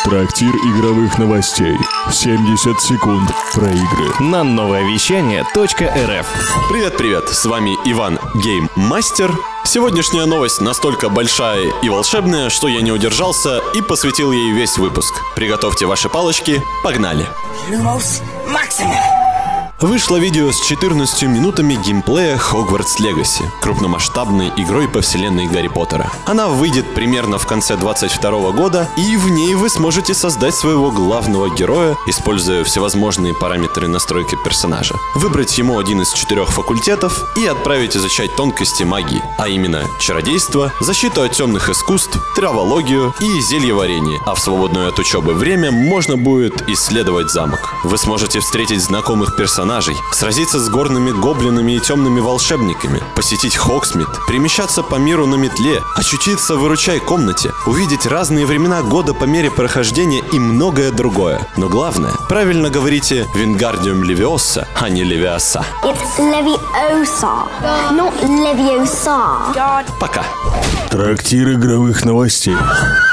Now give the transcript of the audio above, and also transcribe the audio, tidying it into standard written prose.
Трактир игровых новостей. 70 секунд про игры. На нововещание.рф. Привет-привет, с вами Иван Гейммастер. Сегодняшняя новость настолько большая и волшебная, что я не удержался и посвятил ей весь выпуск. Приготовьте ваши палочки, погнали! Вышло видео с 14 минутами геймплея Hogwarts Legacy, крупномасштабной игрой по вселенной Гарри Поттера. Она выйдет примерно в конце 2022 года, и в ней вы сможете создать своего главного героя, используя всевозможные параметры настройки персонажа. Выбрать ему один из 4 факультетов и отправить изучать тонкости магии, а именно чародейство, защиту от темных искусств, травологию и зельеварение. А в свободное от учебы время можно будет исследовать замок. Вы сможете встретить знакомых персонажей, сразиться с горными гоблинами и темными волшебниками, посетить Хогсмит, перемещаться по миру на метле, очутиться в выручай-комнате, увидеть разные времена года по мере прохождения и многое другое. Но главное, правильно говорите Wingardium Leviosa, а не Leviosa. It's Leviosa, not Leviosa. Пока. Трактир игровых новостей.